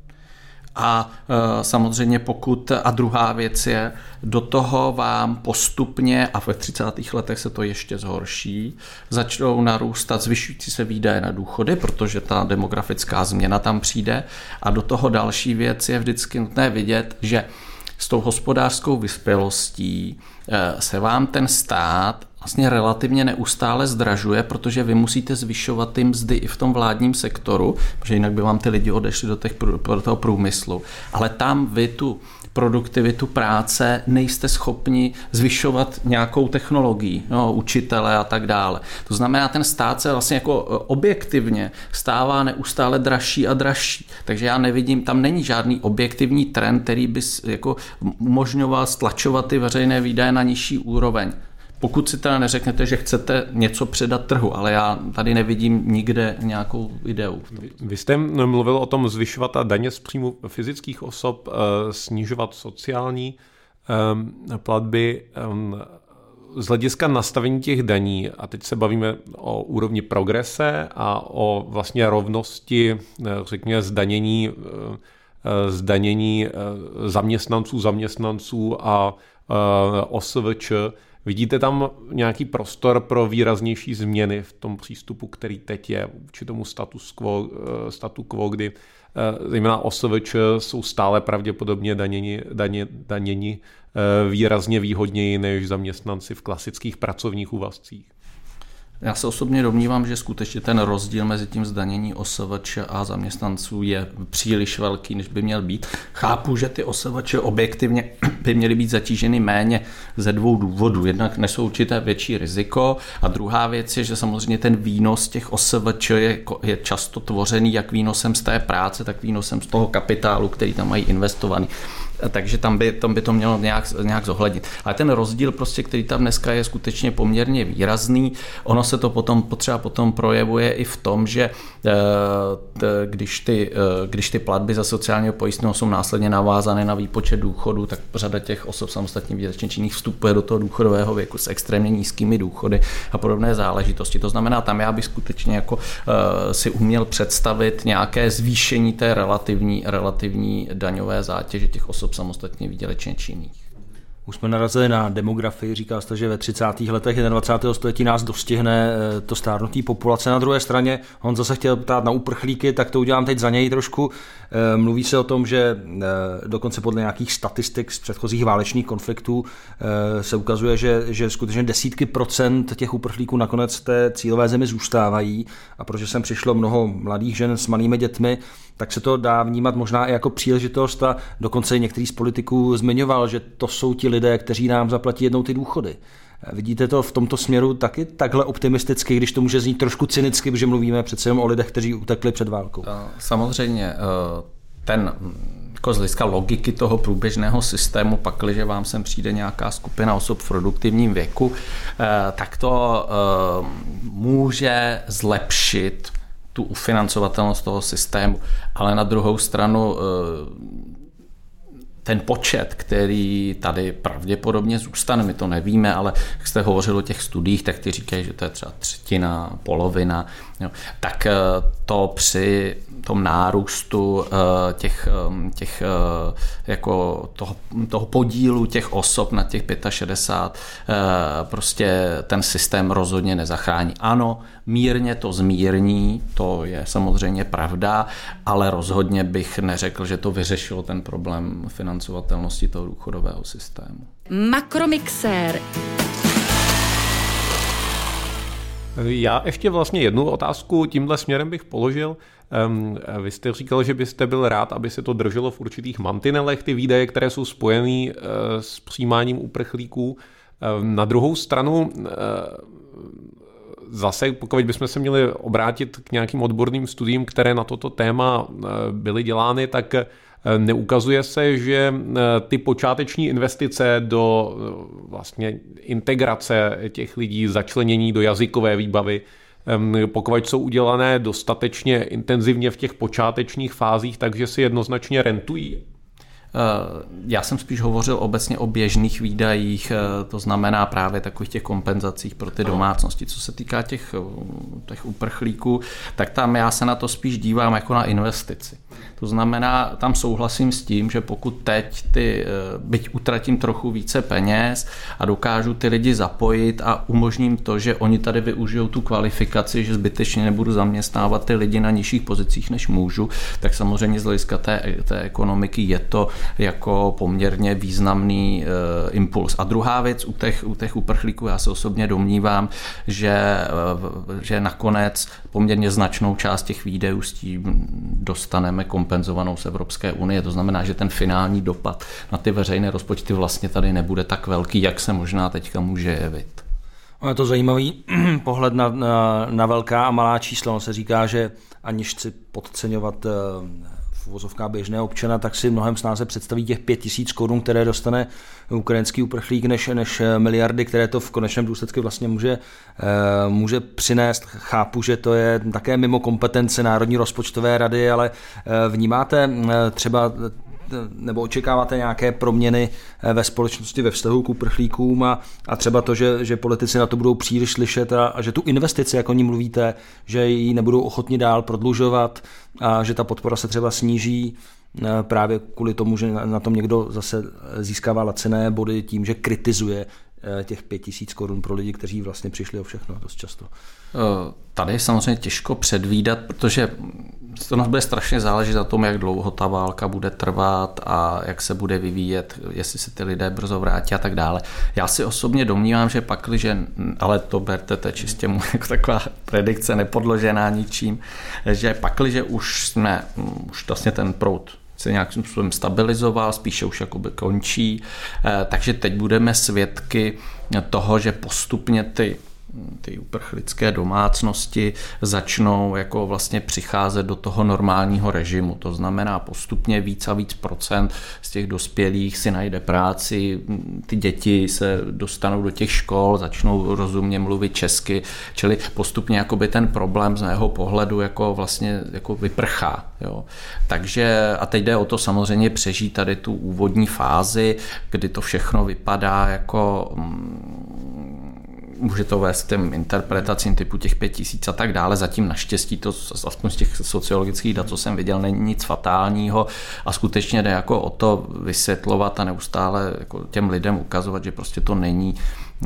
A e, samozřejmě pokud, a druhá věc je, do toho vám postupně, a ve třicátých letech se to ještě zhorší, začnou narůstat zvyšující se výdaje na důchody, protože ta demografická změna tam přijde. A do toho další věc je vždycky nutné vidět, že s tou hospodářskou vyspělostí e, se vám ten stát vlastně relativně neustále zdražuje, protože vy musíte zvyšovat ty mzdy i v tom vládním sektoru, protože jinak by vám ty lidi odešli do, těch, do toho průmyslu. Ale tam vy tu produktivitu práce nejste schopni zvyšovat nějakou technologií, no, učitele a tak dále. To znamená, ten stát se vlastně jako objektivně stává neustále dražší a dražší. Takže já nevidím, tam není žádný objektivní trend, který by jako umožňoval stlačovat ty veřejné výdaje na nižší úroveň. Pokud si teda neřeknete, že chcete něco předat trhu, ale já tady nevidím nikde nějakou ideu. Vy jste mluvil o tom zvyšovat a daně z příjmu fyzických osob, snižovat sociální platby. Z hlediska nastavení těch daní, a teď se bavíme o úrovni progrese a o vlastně rovnosti, řekněme, zdanění, zdanění zaměstnanců, zaměstnanců a O S V Č. Vidíte tam nějaký prostor pro výraznější změny v tom přístupu, který teď je vůči tomu status quo, statu quo, kdy zejména O S V Č jsou stále pravděpodobně daněni, daně, daněni výrazně výhodněji než zaměstnanci v klasických pracovních úvazcích? Já se osobně domnívám, že skutečně ten rozdíl mezi tím zdanění O S V Č a zaměstnanců je příliš velký, než by měl být. Chápu, že ty O S V Č objektivně by měly být zatíženy méně ze dvou důvodů. Jednak nesou určité větší riziko a druhá věc je, že samozřejmě ten výnos těch O S V Č je, je často tvořený jak výnosem z té práce, tak výnosem z toho kapitálu, který tam mají investovaný. Takže tam by, tam by to mělo nějak, nějak zohlednit. Ale ten rozdíl, prostě, který tam dneska je skutečně poměrně výrazný. Ono se to potom potřeba potom projevuje i v tom, že když ty, když ty platby za sociálního pojistného jsou následně navázané na výpočet důchodu, tak řada těch osob samostatně výdělečně činných vstupuje do toho důchodového věku s extrémně nízkými důchody a podobné záležitosti. To znamená, tam já bych skutečně jako si uměl představit nějaké zvýšení té relativní, relativní daňové zátěže těch osob samostatně výdělečně činných. Už jsme narazili na demografii, říkal jste, že ve třicátých letech dvacátého prvního století nás dostihne to stárnutí populace. Na druhé straně on zase chtěl ptát na uprchlíky, tak to udělám teď za něj trošku. Mluví se o tom, že dokonce podle nějakých statistik z předchozích válečných konfliktů se ukazuje, že, že skutečně desítky procent těch uprchlíků nakonec v té cílové zemi zůstávají a protože sem přišlo mnoho mladých žen s malými dětmi, tak se to dá vnímat možná i jako příležitost a dokonce některý z politiků zmiňoval, že to jsou ti lidé, kteří nám zaplatí jednou ty důchody. Vidíte to v tomto směru taky takhle optimisticky, když to může znít trošku cynicky, protože mluvíme přece jen o lidech, kteří utekli před válkou? Samozřejmě ten jako z hlediska logiky toho průběžného systému, pakliže vám sem přijde nějaká skupina osob v produktivním věku, tak to může zlepšit tu ufinancovatelnost toho systému. Ale na druhou stranu ten počet, který tady pravděpodobně zůstane, my to nevíme, ale jak jste hovořil o těch studiích, tak ty říkají, že to je třeba třetina, polovina, jo, tak to při tom nárůstu těch, těch jako toho, toho podílu těch osob na těch šedesát pět prostě ten systém rozhodně nezachrání. Ano, mírně to zmírní, to je samozřejmě pravda, ale rozhodně bych neřekl, že to vyřešilo ten problém financovatelnosti toho důchodového systému. Makromixér. Já ještě vlastně jednu otázku tímhle směrem bych položil. Vy jste říkal, že byste byl rád, aby se to drželo v určitých mantinelech, ty výdaje, které jsou spojený s přijímáním uprchlíků. Na druhou stranu zase, pokud bychom se měli obrátit k nějakým odborným studiím, které na toto téma byly dělány, tak neukazuje se, že ty počáteční investice do vlastně integrace těch lidí, začlenění do jazykové výbavy, pokud jsou udělané dostatečně intenzivně v těch počátečních fázích, takže si jednoznačně rentují. Já jsem spíš hovořil obecně o běžných výdajích, to znamená právě takových těch kompenzacích pro ty domácnosti. Co se týká těch, těch uprchlíků, tak tam já se na to spíš dívám jako na investici. To znamená, tam souhlasím s tím, že pokud teď ty, byť utratím trochu více peněz a dokážu ty lidi zapojit a umožním to, že oni tady využijou tu kvalifikaci, že zbytečně nebudu zaměstnávat ty lidi na nižších pozicích, než můžu, tak samozřejmě z hlediska té, té ekonomiky je to jako poměrně významný e, impuls. A druhá věc u těch, u těch uprchlíků, já se osobně domnívám, že, e, že nakonec poměrně značnou část těch výdajů s tím dostaneme kompenzovanou z Evropské unie. To znamená, že ten finální dopad na ty veřejné rozpočty vlastně tady nebude tak velký, jak se možná teďka může jevit. Je to zajímavý pohled na, na, na velká a malá čísla. On se říká, že aniž chci podceňovat v uvozovkách běžného občana, tak si mnohem snáze představí těch pět tisíc korun, které dostane ukrajinský uprchlík, než, než miliardy, které to v konečném důsledku vlastně může, může přinést. Chápu, že to je také mimo kompetence Národní rozpočtové rady, ale vnímáte třeba nebo očekáváte nějaké proměny ve společnosti ve vztahu k uprchlíkům a, a třeba to, že, že politici na to budou příliš slyšet a, a že tu investici, jak o ní mluvíte, že ji nebudou ochotni dál prodlužovat a že ta podpora se třeba sníží právě kvůli tomu, že na, na tom někdo zase získává laciné body tím, že kritizuje těch pět tisíc korun pro lidi, kteří vlastně přišli o všechno dost často. Tady je samozřejmě těžko předvídat, protože to nás bude strašně záležet na tom, jak dlouho ta válka bude trvat a jak se bude vyvíjet, jestli se ty lidé brzo vrátí a tak dále. Já si osobně domnívám, že pakliže, ale to berte, to je čistě můj jako taková predikce nepodložená ničím, že pakliže už jsme, už vlastně ten proud se nějakým způsobem stabilizoval, spíše už jakoby končí, takže teď budeme svědky toho, že postupně ty ty uprchlické domácnosti začnou jako vlastně přicházet do toho normálního režimu. To znamená postupně víc a víc procent z těch dospělých si najde práci, ty děti se dostanou do těch škol, začnou rozumně mluvit česky, čili postupně jakoby ten problém z mého pohledu jako vlastně jako vyprchá. Jo. Takže a teď jde o to samozřejmě přežít tady tu úvodní fázi, kdy to všechno vypadá jako může to vést k těm interpretacím typu těch pět tisíc a tak dále. Zatím naštěstí to, aspoň z těch sociologických dat, co jsem viděl, není nic fatálního a skutečně jde jako o to vysvětlovat a neustále jako těm lidem ukazovat, že prostě to není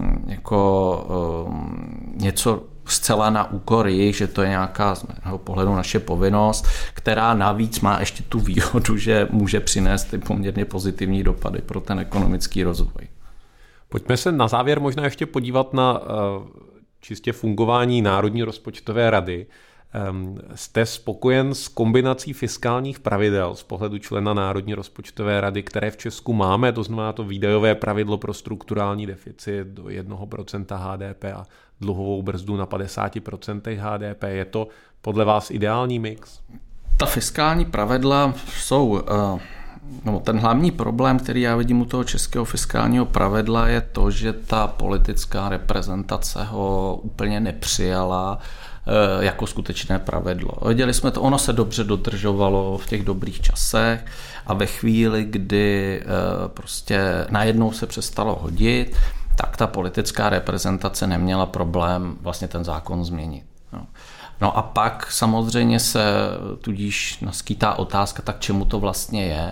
jako um, něco zcela na úkor jich, že to je nějaká z mého pohledu naše povinnost, která navíc má ještě tu výhodu, že může přinést ty poměrně pozitivní dopady pro ten ekonomický rozvoj. Pojďme se na závěr možná ještě podívat na uh, čistě fungování Národní rozpočtové rady. Um, jste spokojen s kombinací fiskálních pravidel z pohledu člena Národní rozpočtové rady, které v Česku máme, to znamená to výdajové pravidlo pro strukturální deficit do jednoho procenta H D P a dluhovou brzdu na padesát procent H D P. Je to podle vás ideální mix? Ta fiskální pravidla jsou... Uh... No, ten hlavní problém, který já vidím u toho českého fiskálního pravidla, je to, že ta politická reprezentace ho úplně nepřijala e, jako skutečné pravidlo. Viděli jsme to, ono se dobře dodržovalo v těch dobrých časech a ve chvíli, kdy e, prostě najednou se přestalo hodit, tak ta politická reprezentace neměla problém vlastně ten zákon změnit. No. No a pak samozřejmě se tudíž naskýtá otázka, tak čemu to vlastně je.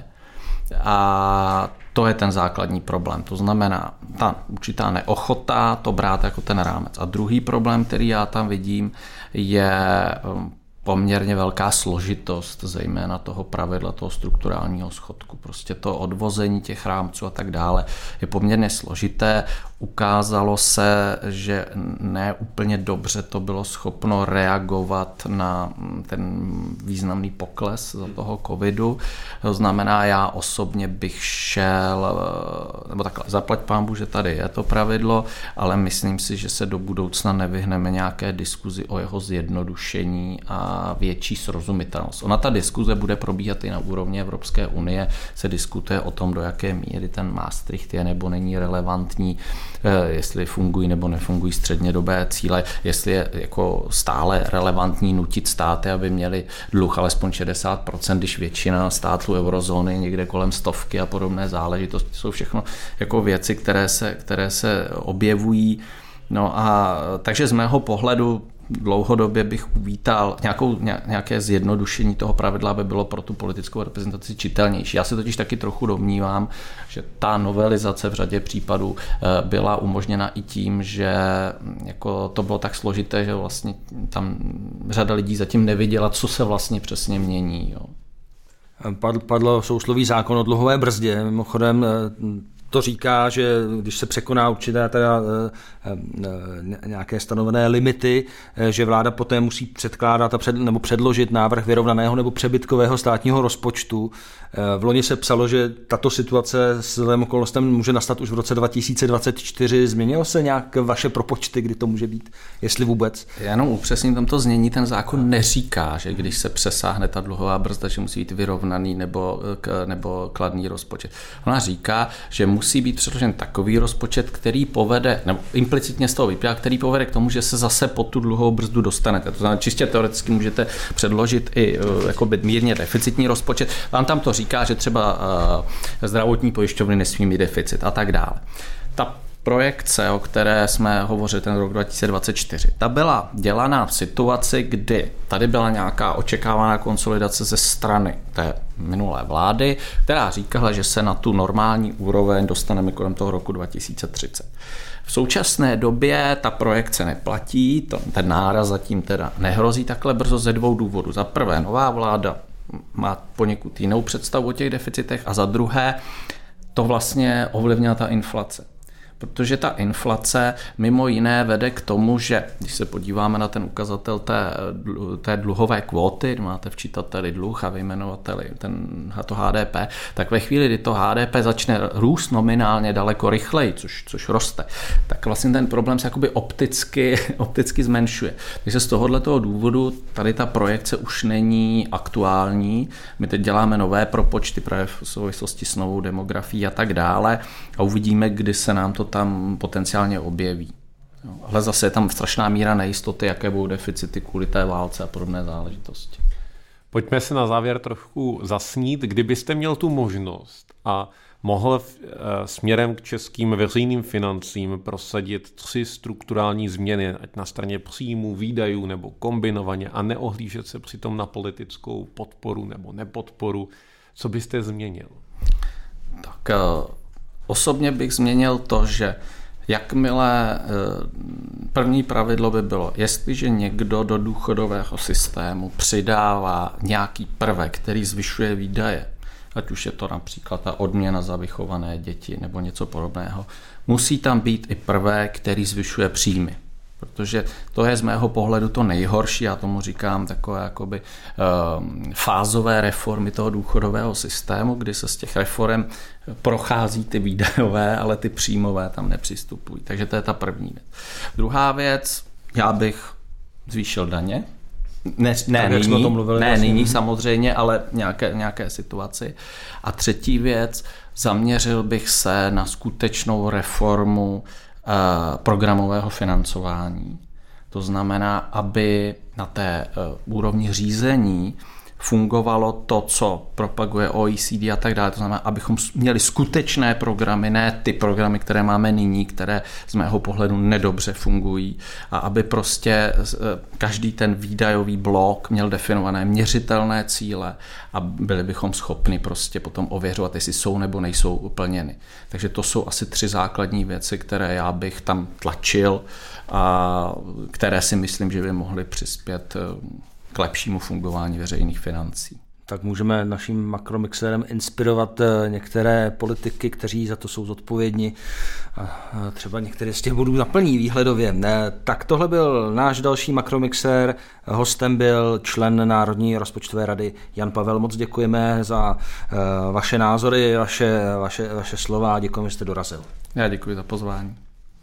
A to je ten základní problém. To znamená ta určitá neochota to brát jako ten rámec. A druhý problém, který já tam vidím, je poměrně velká složitost, zejména toho pravidla, toho strukturálního schodku. Prostě to odvození těch rámců a tak dále je poměrně složité. Ukázalo se, že ne úplně dobře to bylo schopno reagovat na ten významný pokles za toho covidu. To znamená, já osobně bych šel, nebo takhle, zaplať pánbu, že tady je to pravidlo, ale myslím si, že se do budoucna nevyhneme nějaké diskuzi o jeho zjednodušení a větší srozumitelnost. Ona ta diskuze bude probíhat i na úrovni Evropské unie, se diskutuje o tom, do jaké míry ten Maastricht je nebo není relevantní, jestli fungují nebo nefungují střednědobé cíle, jestli je jako stále relevantní nutit státy, aby měli dluh alespoň šedesát procent, když většina států eurozóny někde kolem stovky a podobné záležitosti. Jsou všechno jako věci, které se, které se objevují. No a takže z mého pohledu dlouhodobě bych uvítal nějakou, nějaké zjednodušení toho pravidla, aby bylo pro tu politickou reprezentaci čitelnější. Já se totiž taky trochu domnívám, že ta novelizace v řadě případů byla umožněna i tím, že jako to bylo tak složité, že vlastně tam řada lidí zatím neviděla, co se vlastně přesně mění. Jo. Padl, padlo sousloví zákon o dluhové brzdě. Mimochodem to říká, že když se překoná určité teda nějaké stanovené limity, že vláda poté musí předkládat a před, nebo předložit návrh vyrovnaného nebo přebytkového státního rozpočtu. V loni se psalo, že tato situace s vzhledem okolnostem může nastat už v roce dva tisíce dvacet čtyři. Změnilo se nějak vaše propočty, kdy to může být, jestli vůbec? Já jenom upřesním tomto znění, ten zákon neříká, že když se přesáhne ta dluhová brzda, že musí být vyrovnaný nebo, nebo kladný rozpočet. Ona říká, že musí být předložen takový rozpočet, který povede, nebo implicitně z toho vyplývá, který povede k tomu, že se zase pod tu dluhovou brzdu dostanete. To znamená, čistě teoreticky můžete předložit i jakoby mírně deficitní rozpočet. Vám tam to říká, že třeba uh, zdravotní pojišťovny nesmí mít deficit a tak dále. Ta projekce, o které jsme hovořili ten rok dva tisíce dvacet čtyři, ta byla dělaná v situaci, kdy tady byla nějaká očekávaná konsolidace ze strany té minulé vlády, která říkala, že se na tu normální úroveň dostaneme kolem toho roku dva tisíce třicet. V současné době ta projekce neplatí, ten náraz zatím teda nehrozí takhle brzo ze dvou důvodů. Za prvé, nová vláda má poněkud jinou představu o těch deficitech a za druhé, to vlastně ovlivnila ta inflace. Protože ta inflace mimo jiné vede k tomu, že když se podíváme na ten ukazatel té, té dluhové kvóty, máte v čitateli dluh a vyjmenovateli ten, to H D P, tak ve chvíli, kdy to H D P začne růst nominálně daleko rychleji, což, což roste, tak vlastně ten problém se jakoby opticky, opticky zmenšuje. Takže z tohoto důvodu tady ta projekce už není aktuální. My teď děláme nové propočty právě v souvislosti s novou demografií a tak dále a uvidíme, kdy se nám to tam potenciálně objeví. Ale zase je tam strašná míra nejistoty, jaké budou deficity kvůli té válce a podobné záležitosti. Pojďme se na závěr trochu zasnít, kdybyste měl tu možnost a mohl směrem k českým veřejným financím prosadit tři strukturální změny, ať na straně příjmů, výdajů nebo kombinovaně a neohlížet se přitom na politickou podporu nebo nepodporu. Co byste změnil? Tak osobně bych změnil to, že jakmile první pravidlo by bylo, jestliže někdo do důchodového systému přidává nějaký prvek, který zvyšuje výdaje, ať už je to například ta odměna za vychované děti nebo něco podobného, musí tam být i prvek, který zvyšuje příjmy. Protože to je z mého pohledu to nejhorší, já tomu říkám takové jakoby um, fázové reformy toho důchodového systému, kdy se z těch reform prochází ty výdajové, ale ty příjmové tam nepřistupují. Takže to je ta první věc. Druhá věc, já bych zvýšil daně. Ne, ne, tak, nyní, mluvili, ne vlastně. nyní samozřejmě, ale nějaké, nějaké situaci. A třetí věc, zaměřil bych se na skutečnou reformu programového financování. To znamená, aby na té úrovni řízení fungovalo to, co propaguje O E C D a tak dále. To znamená, abychom měli skutečné programy, ne ty programy, které máme nyní, které z mého pohledu nedobře fungují, a aby prostě každý ten výdajový blok měl definované měřitelné cíle a byli bychom schopni prostě potom ověřovat, jestli jsou nebo nejsou uplněny. Takže to jsou asi tři základní věci, které já bych tam tlačil a které si myslím, že by mohly přispět k lepšímu fungování veřejných financí. Tak můžeme naším makromixérem inspirovat některé politiky, kteří za to jsou zodpovědní a třeba některé z těch bodů naplní výhledově. Tak tohle byl náš další makromixér. Hostem byl člen Národní rozpočtové rady Jan Pavel. Moc děkujeme za vaše názory, vaše, vaše, vaše slova a děkujeme, že jste dorazil. Já děkuji za pozvání.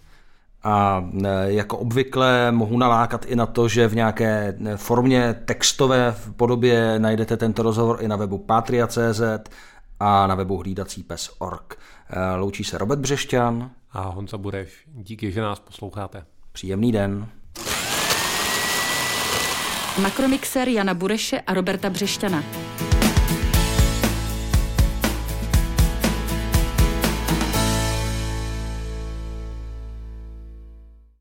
A jako obvykle mohu nalákat i na to, že v nějaké formě textové podobě najdete tento rozhovor i na webu patria tečka cé zet a na webu hlídací pes tečka org. Loučí se Robert Břešťan a Honza Bureš. Díky, že nás posloucháte. Příjemný den. Makromixer Jana Bureše a Roberta Břešťana.